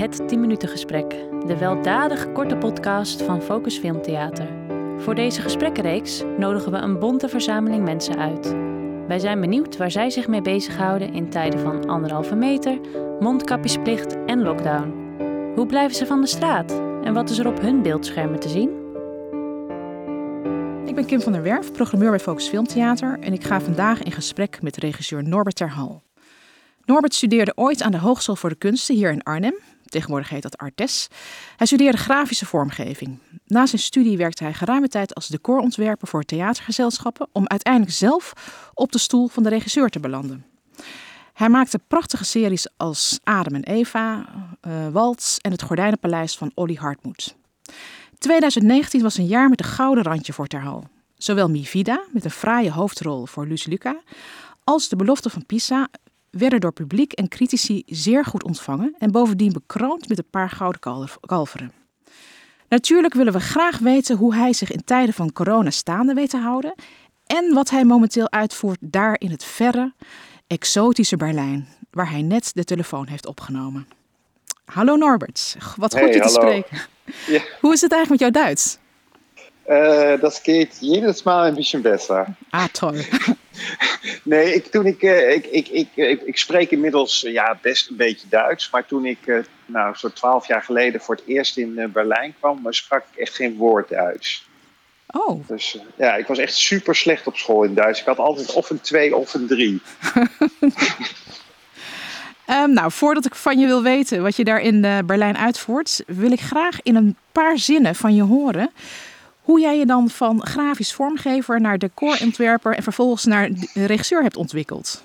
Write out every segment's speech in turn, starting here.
Het 10 minuten gesprek, de weldadig korte podcast van Focus Filmtheater. Voor deze gesprekkenreeks nodigen we een bonte verzameling mensen uit. Wij zijn benieuwd waar zij zich mee bezighouden in tijden van 1,5 meter, mondkapjesplicht en lockdown. Hoe blijven ze van de straat en wat is er op hun beeldschermen te zien? Ik ben Kim van der Werf, programmeur bij Focus Filmtheater en ik ga vandaag in gesprek met regisseur Norbert ter Hal. Norbert studeerde ooit aan de Hogeschool voor de Kunsten hier in Arnhem. Tegenwoordig heet dat Artes. Hij studeerde grafische vormgeving. Na zijn studie werkte hij geruime tijd als decorontwerper voor theatergezelschappen om uiteindelijk zelf op de stoel van de regisseur te belanden. Hij maakte prachtige series als Adam en Eva, Waltz en Het Gordijnenpaleis van Olly Hartmoed. 2019 was een jaar met een gouden randje voor ter Hal. Zowel Mi Vida, met een fraaie hoofdrol voor Luce Luca, als De Belofte van Pisa werden door publiek en critici zeer goed ontvangen en bovendien bekroond met een paar gouden kalveren. Natuurlijk willen we graag weten hoe hij zich in tijden van corona staande weet te houden en wat hij momenteel uitvoert daar in het verre, exotische Berlijn, waar hij net de telefoon heeft opgenomen. Hallo Norbert, wat goed je te spreken. Ja. Hoe is het eigenlijk met jouw Duits? Das geht jedes Mal ein bisschen besser. Ah, toll. Nee, ik spreek inmiddels best een beetje Duits. Maar toen ik zo'n 12 jaar geleden voor het eerst in Berlijn kwam, sprak ik echt geen woord Duits. Oh. Dus ik was echt super slecht op school in Duits. Ik had altijd of een 2 of een 3. Voordat ik van je wil weten wat je daar in Berlijn uitvoert, wil ik graag in een paar zinnen van je horen hoe jij je dan van grafisch vormgever naar decorontwerper en vervolgens naar regisseur hebt ontwikkeld.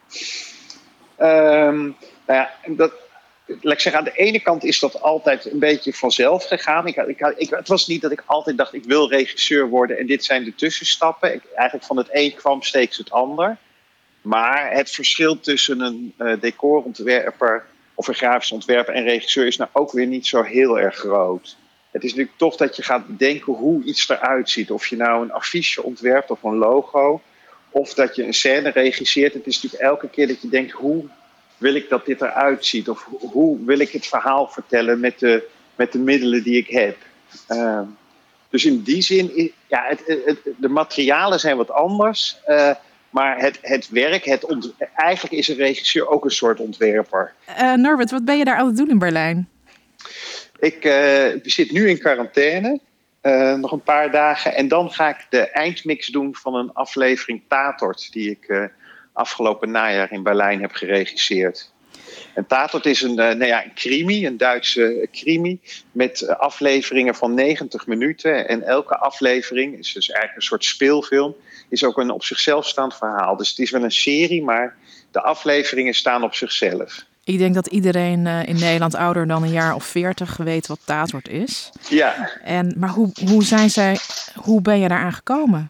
Laat ik zeggen, aan de ene kant is dat altijd een beetje vanzelf gegaan. Het was niet dat ik altijd dacht, ik wil regisseur worden en dit zijn de tussenstappen. Eigenlijk van het een kwam steeds het ander. Maar het verschil tussen een decorontwerper of een grafisch ontwerper en regisseur is nou ook weer niet zo heel erg groot. Het is natuurlijk toch dat je gaat bedenken hoe iets eruit ziet. Of je nou een affiche ontwerpt of een logo. Of dat je een scène regisseert. Het is natuurlijk elke keer dat je denkt, hoe wil ik dat dit eruit ziet? Of hoe wil ik het verhaal vertellen met de middelen die ik heb? Dus in die zin, de materialen zijn wat anders. Maar het werk, eigenlijk is een regisseur ook een soort ontwerper. Norbert, wat ben je daar aan het doen in Berlijn? Ik zit nu in quarantaine, nog een paar dagen. En dan ga ik de eindmix doen van een aflevering Tatort, die ik afgelopen najaar in Berlijn heb geregisseerd. En Tatort is een crimi, een Duitse crimi, met afleveringen van 90 minuten. En elke aflevering is dus eigenlijk een soort speelfilm, is ook een op zichzelf staand verhaal. Dus het is wel een serie, maar de afleveringen staan op zichzelf. Ik denk dat iedereen in Nederland ouder dan een jaar of 40 weet wat Tatort is. Ja. Maar hoe ben je daaraan gekomen?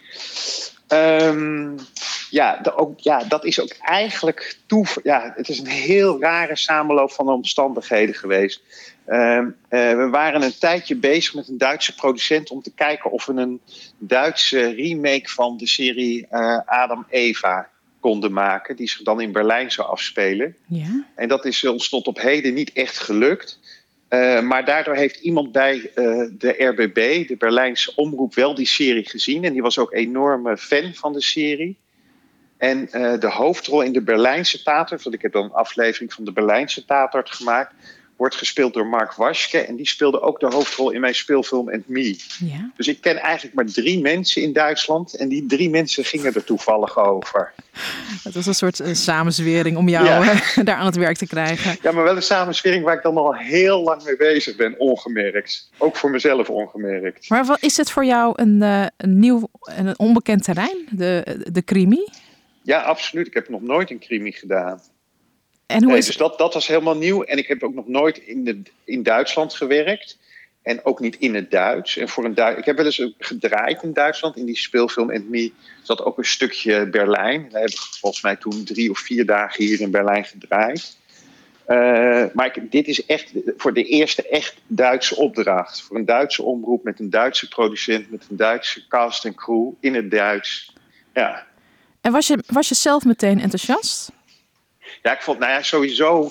Dat is ook eigenlijk het is een heel rare samenloop van omstandigheden geweest. We waren een tijdje bezig met een Duitse producent om te kijken of we een Duitse remake van de serie Adam Eva konden maken, die zich dan in Berlijn zou afspelen. Ja. En dat is ons tot op heden niet echt gelukt. Maar daardoor heeft iemand bij de RBB, de Berlijnse omroep, wel die serie gezien. En die was ook enorme fan van de serie. En de hoofdrol in de Berlijnse Tatort, want ik heb dan een aflevering van de Berlijnse Tatort gemaakt, wordt gespeeld door Mark Waschke. En die speelde ook de hoofdrol in mijn speelfilm And Me. Ja. Dus ik ken eigenlijk maar 3 mensen in Duitsland. En die 3 mensen gingen er toevallig over. Het was een soort samenzwering om jou daar aan het werk te krijgen. Ja, maar wel een samenzwering waar ik dan al heel lang mee bezig ben, ongemerkt. Ook voor mezelf ongemerkt. Maar wat is het voor jou een nieuw en een onbekend terrein, de crimi? Ja, absoluut. Ik heb nog nooit een crimi gedaan. En hoe Dus dat was helemaal nieuw. En ik heb ook nog nooit in Duitsland gewerkt. En ook niet in het Duits. En ik heb wel eens gedraaid in Duitsland. In die speelfilm And Me zat ook een stukje Berlijn. Daar heb ik volgens mij toen 3 of 4 dagen hier in Berlijn gedraaid. Maar dit is echt voor de eerste echt Duitse opdracht. Voor een Duitse omroep met een Duitse producent, met een Duitse cast en crew in het Duits. Ja. En was je zelf meteen enthousiast? Ja, ik vond, sowieso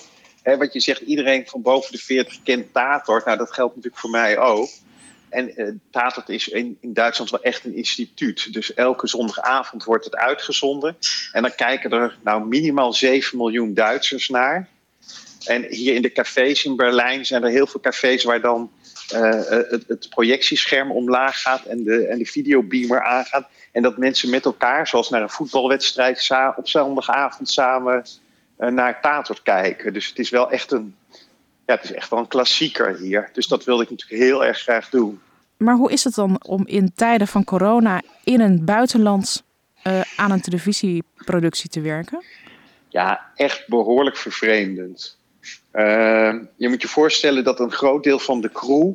wat je zegt, iedereen van boven de 40 kent Tatort. Nou, dat geldt natuurlijk voor mij ook. En Tatort is in Duitsland wel echt een instituut. Dus elke zondagavond wordt het uitgezonden. En dan kijken er minimaal 7 miljoen Duitsers naar. En hier in de cafés in Berlijn zijn er heel veel cafés waar dan het projectiescherm omlaag gaat en de videobeamer aangaat. En dat mensen met elkaar, zoals naar een voetbalwedstrijd, op zondagavond samen naar Tatort kijken. Dus het is wel echt het is echt wel een klassieker hier. Dus dat wilde ik natuurlijk heel erg graag doen. Maar hoe is het dan om in tijden van corona in een buitenland aan een televisieproductie te werken? Ja, echt behoorlijk vervreemdend. Je moet je voorstellen dat een groot deel van de crew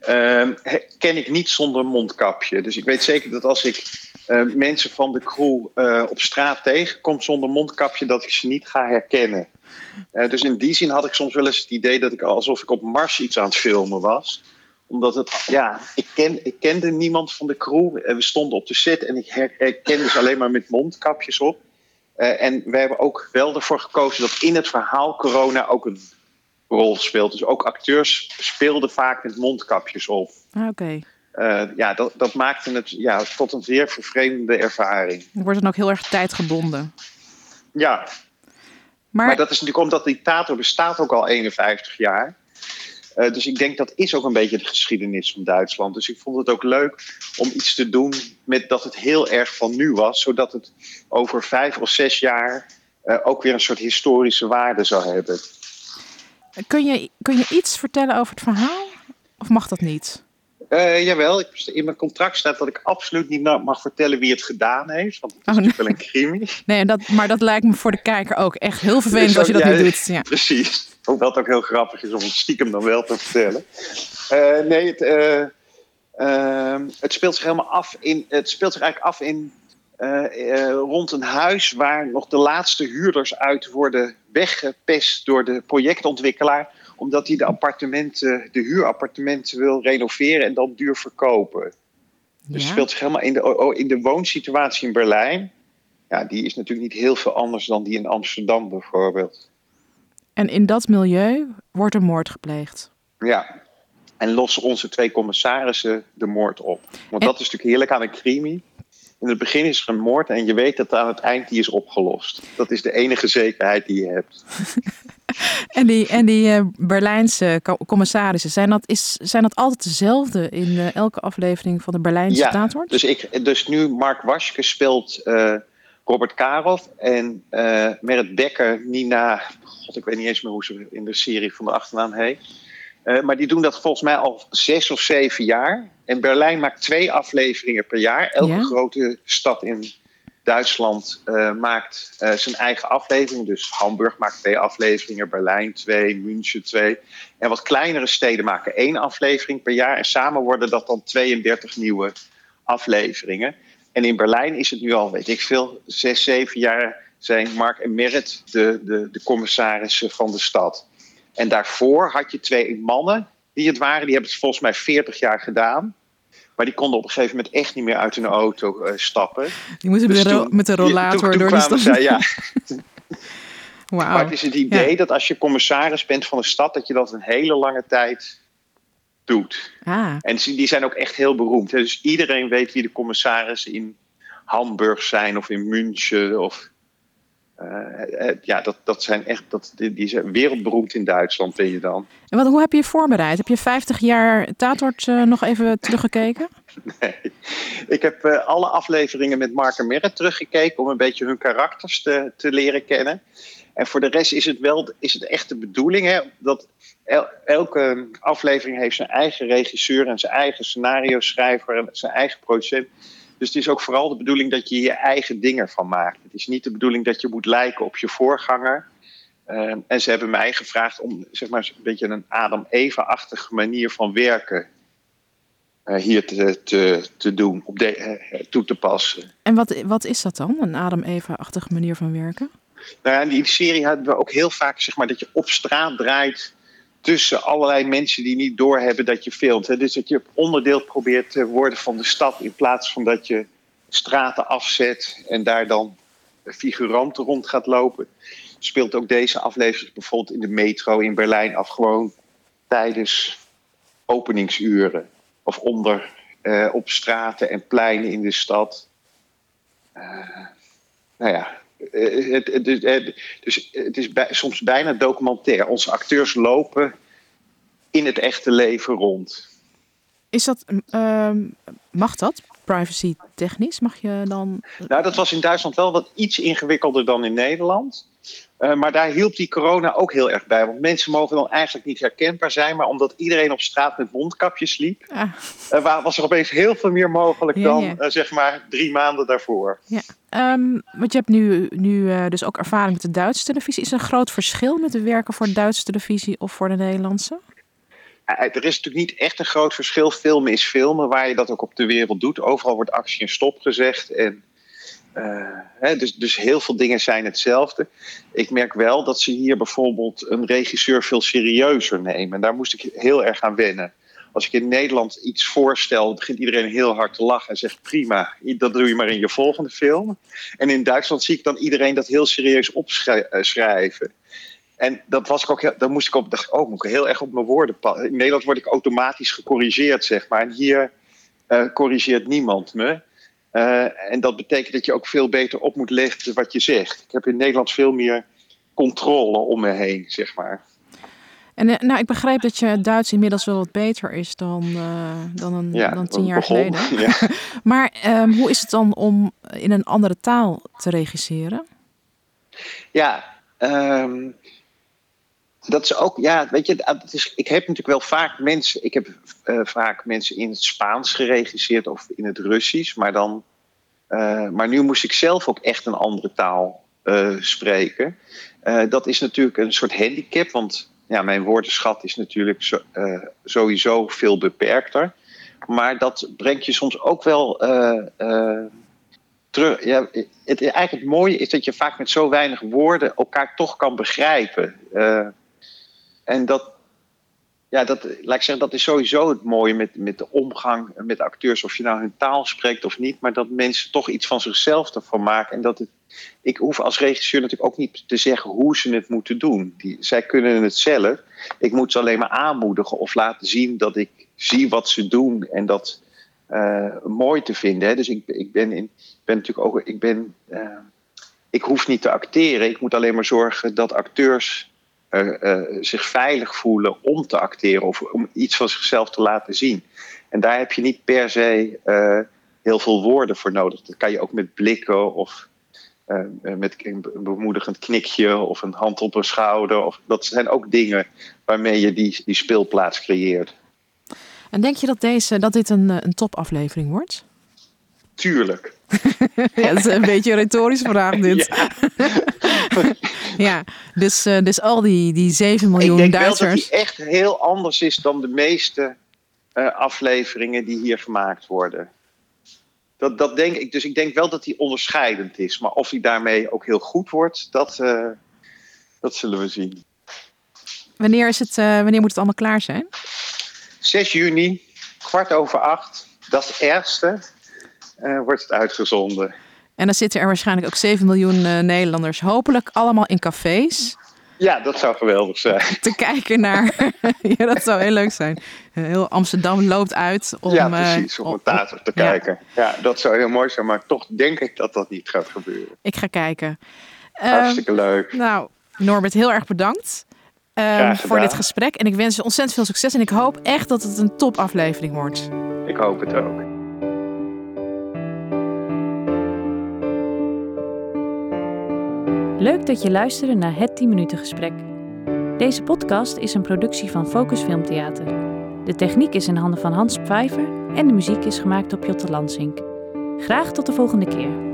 ken ik niet zonder mondkapje. Dus ik weet zeker dat als ik mensen van de crew op straat tegenkom zonder mondkapje, dat ik ze niet ga herkennen. Dus in die zin had ik soms wel eens het idee dat ik alsof ik op Mars iets aan het filmen was. Omdat ik kende niemand van de crew. We stonden op de set en ik herkende ze alleen maar met mondkapjes op. En we hebben ook wel ervoor gekozen dat in het verhaal corona ook een rol speelt. Dus ook acteurs speelden vaak met mondkapjes op. Oké. Dat maakte het tot een zeer vervreemdende ervaring. Wordt dan ook heel erg tijdgebonden. Ja, maar dat is natuurlijk omdat die Tatort bestaat ook al 51 jaar. Dus ik denk dat is ook een beetje de geschiedenis van Duitsland. Dus ik vond het ook leuk om iets te doen met dat het heel erg van nu was. Zodat het over 5 of 6 jaar ook weer een soort historische waarde zou hebben. Kun je iets vertellen over het verhaal? Of mag dat niet? Jawel, in mijn contract staat dat ik absoluut niet mag vertellen wie het gedaan heeft. Want het is natuurlijk wel een crimi. Nee, maar dat lijkt me voor de kijker ook echt heel vervelend als je dat niet doet. Ja. Precies. Hoewel het ook heel grappig is om het stiekem dan wel te vertellen. Het speelt zich helemaal af rond een huis waar nog de laatste huurders uit worden weggepest door de projectontwikkelaar, omdat hij de huurappartementen wil renoveren en dan duur verkopen. Dus het speelt zich helemaal in de woonsituatie in Berlijn. Ja, die is natuurlijk niet heel veel anders dan die in Amsterdam bijvoorbeeld. En in dat milieu wordt een moord gepleegd. Ja, en lossen onze 2 commissarissen de moord op. Want dat is natuurlijk heerlijk aan een crimi. In het begin is er een moord en je weet dat aan het eind die is opgelost. Dat is de enige zekerheid die je hebt. En die Berlijnse commissarissen, zijn dat altijd dezelfde in elke aflevering van de Berlijnse Tatort? Dus nu Mark Waschke speelt Robert Karhoff en Merit Becker, Nina, ik weet niet eens meer hoe ze in de serie van de achternaam heet. Maar die doen dat volgens mij al 6 of 7 jaar. En Berlijn maakt 2 afleveringen per jaar. Elke grote stad in Duitsland maakt zijn eigen aflevering. Dus Hamburg maakt 2 afleveringen, Berlijn 2, München 2. En wat kleinere steden maken 1 aflevering per jaar. En samen worden dat dan 32 nieuwe afleveringen. En in Berlijn is het nu al, 6, 7 jaar zijn Mark en Merit de commissarissen van de stad. En daarvoor had je 2 mannen die het waren. Die hebben het volgens mij 40 jaar gedaan. Maar die konden op een gegeven moment echt niet meer uit hun auto stappen. Die moeten met de rollator door de stad. Ja. Wow. Maar het is het idee dat als je commissaris bent van een stad, dat je dat een hele lange tijd doet. En die zijn ook echt heel beroemd. Dus iedereen weet wie de commissarissen in Hamburg zijn of in München of... dat zijn echt, die zijn wereldberoemd in Duitsland, ben je dan. En hoe heb je je voorbereid? Heb je 50 jaar Tatort nog even teruggekeken? Nee, ik heb alle afleveringen met Mark en Merit teruggekeken om een beetje hun karakters te leren kennen. En voor de rest is het echt de bedoeling dat elke aflevering heeft zijn eigen regisseur en zijn eigen scenario-schrijver en zijn eigen producent. Dus het is ook vooral de bedoeling dat je je eigen dingen van maakt. Het is niet de bedoeling dat je moet lijken op je voorganger. En ze hebben mij gevraagd om zeg maar een beetje een Adam-Eva-achtige manier van werken hier te doen, toe te passen. En wat is dat dan, een Adam-Eva-achtige manier van werken? Nou ja, in die serie hadden we ook heel vaak zeg maar, dat je op straat draait tussen allerlei mensen die niet doorhebben dat je filmt. Hè. Dus dat je onderdeel probeert te worden van de stad in plaats van dat je straten afzet en daar dan figuranten rond gaat lopen. speelt ook deze aflevering bijvoorbeeld in de metro in Berlijn af. Gewoon tijdens openingsuren. Of op straten en pleinen in de stad. Dus het is soms bijna documentair. Onze acteurs lopen in het echte leven rond. Is dat, mag dat? Privacy technisch? Mag je dan... Nou, dat was in Duitsland wel wat iets ingewikkelder dan in Nederland. Maar daar hielp die corona ook heel erg bij. Want mensen mogen dan eigenlijk niet herkenbaar zijn. Maar omdat iedereen op straat met mondkapjes liep... was er opeens heel veel meer mogelijk dan zeg maar 3 maanden daarvoor. Ja. Want je hebt nu dus ook ervaring met de Duitse televisie. Is er een groot verschil met het werken voor de Duitse televisie of voor de Nederlandse? Er is natuurlijk niet echt een groot verschil. Filmen is filmen, waar je dat ook op de wereld doet. Overal wordt actie en stop gezegd. En, dus heel veel dingen zijn hetzelfde. Ik merk wel dat ze hier bijvoorbeeld een regisseur veel serieuzer nemen. En daar moest ik heel erg aan wennen. Als ik in Nederland iets voorstel, begint iedereen heel hard te lachen en zegt prima, dat doe je maar in je volgende film. En in Duitsland zie ik dan iedereen dat heel serieus opschrijven. En dat was ik ook dan moet ik heel erg op mijn woorden passen. In Nederland word ik automatisch gecorrigeerd, zeg maar. En hier corrigeert niemand me. En dat betekent dat je ook veel beter op moet letten wat je zegt. Ik heb in Nederland veel meer controle om me heen, zeg maar. En ik begrijp dat je Duits inmiddels wel wat beter is dan 10 jaar geleden. Ja. Maar hoe is het dan om in een andere taal te regisseren? Ja, dat is ook, weet je, ik heb natuurlijk wel vaak mensen, vaak mensen in het Spaans geregisseerd of in het Russisch, maar nu moest ik zelf ook echt een andere taal spreken. Dat is natuurlijk een soort handicap, want mijn woordenschat is natuurlijk sowieso veel beperkter. Maar dat brengt je soms ook wel terug. Ja, eigenlijk het mooie is dat je vaak met zo weinig woorden elkaar toch kan begrijpen. En laat ik zeggen, dat is sowieso het mooie met de omgang met acteurs. Of je nou hun taal spreekt of niet. Maar dat mensen toch iets van zichzelf ervan maken. En ik hoef als regisseur natuurlijk ook niet te zeggen hoe ze het moeten doen. Zij kunnen het zelf. Ik moet ze alleen maar aanmoedigen of laten zien dat ik zie wat ze doen. En dat mooi te vinden. Hè. Dus ik hoef niet te acteren. Ik moet alleen maar zorgen dat acteurs zich veilig voelen om te acteren of om iets van zichzelf te laten zien. En daar heb je niet per se heel veel woorden voor nodig. Dat kan je ook met blikken of met een bemoedigend knikje of een hand op een schouder. Dat zijn ook dingen waarmee je die speelplaats creëert. En denk je dat dit een topaflevering wordt? Tuurlijk. Ja, dat is een beetje een retorische vraag dit. Ja, dus al die 7 miljoen Duitsers... Ik denk wel dat die echt heel anders is dan de meeste afleveringen die hier gemaakt worden. Dat denk ik. Dus ik denk wel dat die onderscheidend is. Maar of die daarmee ook heel goed wordt, dat zullen we zien. Wanneer moet het allemaal klaar zijn? 6 juni, 8:15. Dat is het ergste. Wordt het uitgezonden. En dan zitten er waarschijnlijk ook 7 miljoen Nederlanders, hopelijk allemaal in cafés. Ja, dat zou geweldig zijn. Te kijken naar... Ja, dat zou heel leuk zijn. Heel Amsterdam loopt uit om... Ja, precies, om een theater te kijken. Ja, dat zou heel mooi zijn, maar toch denk ik dat dat niet gaat gebeuren. Ik ga kijken. Hartstikke leuk. Nou, Norbert, heel erg bedankt voor dit gesprek. En ik wens je ontzettend veel succes. En ik hoop echt dat het een topaflevering wordt. Ik hoop het ook. Leuk dat je luisterde naar het 10 minuten gesprek. Deze podcast is een productie van Focus Filmtheater. De techniek is in handen van Hans Pfeiffer en de muziek is gemaakt door Piotr Lansink. Graag tot de volgende keer.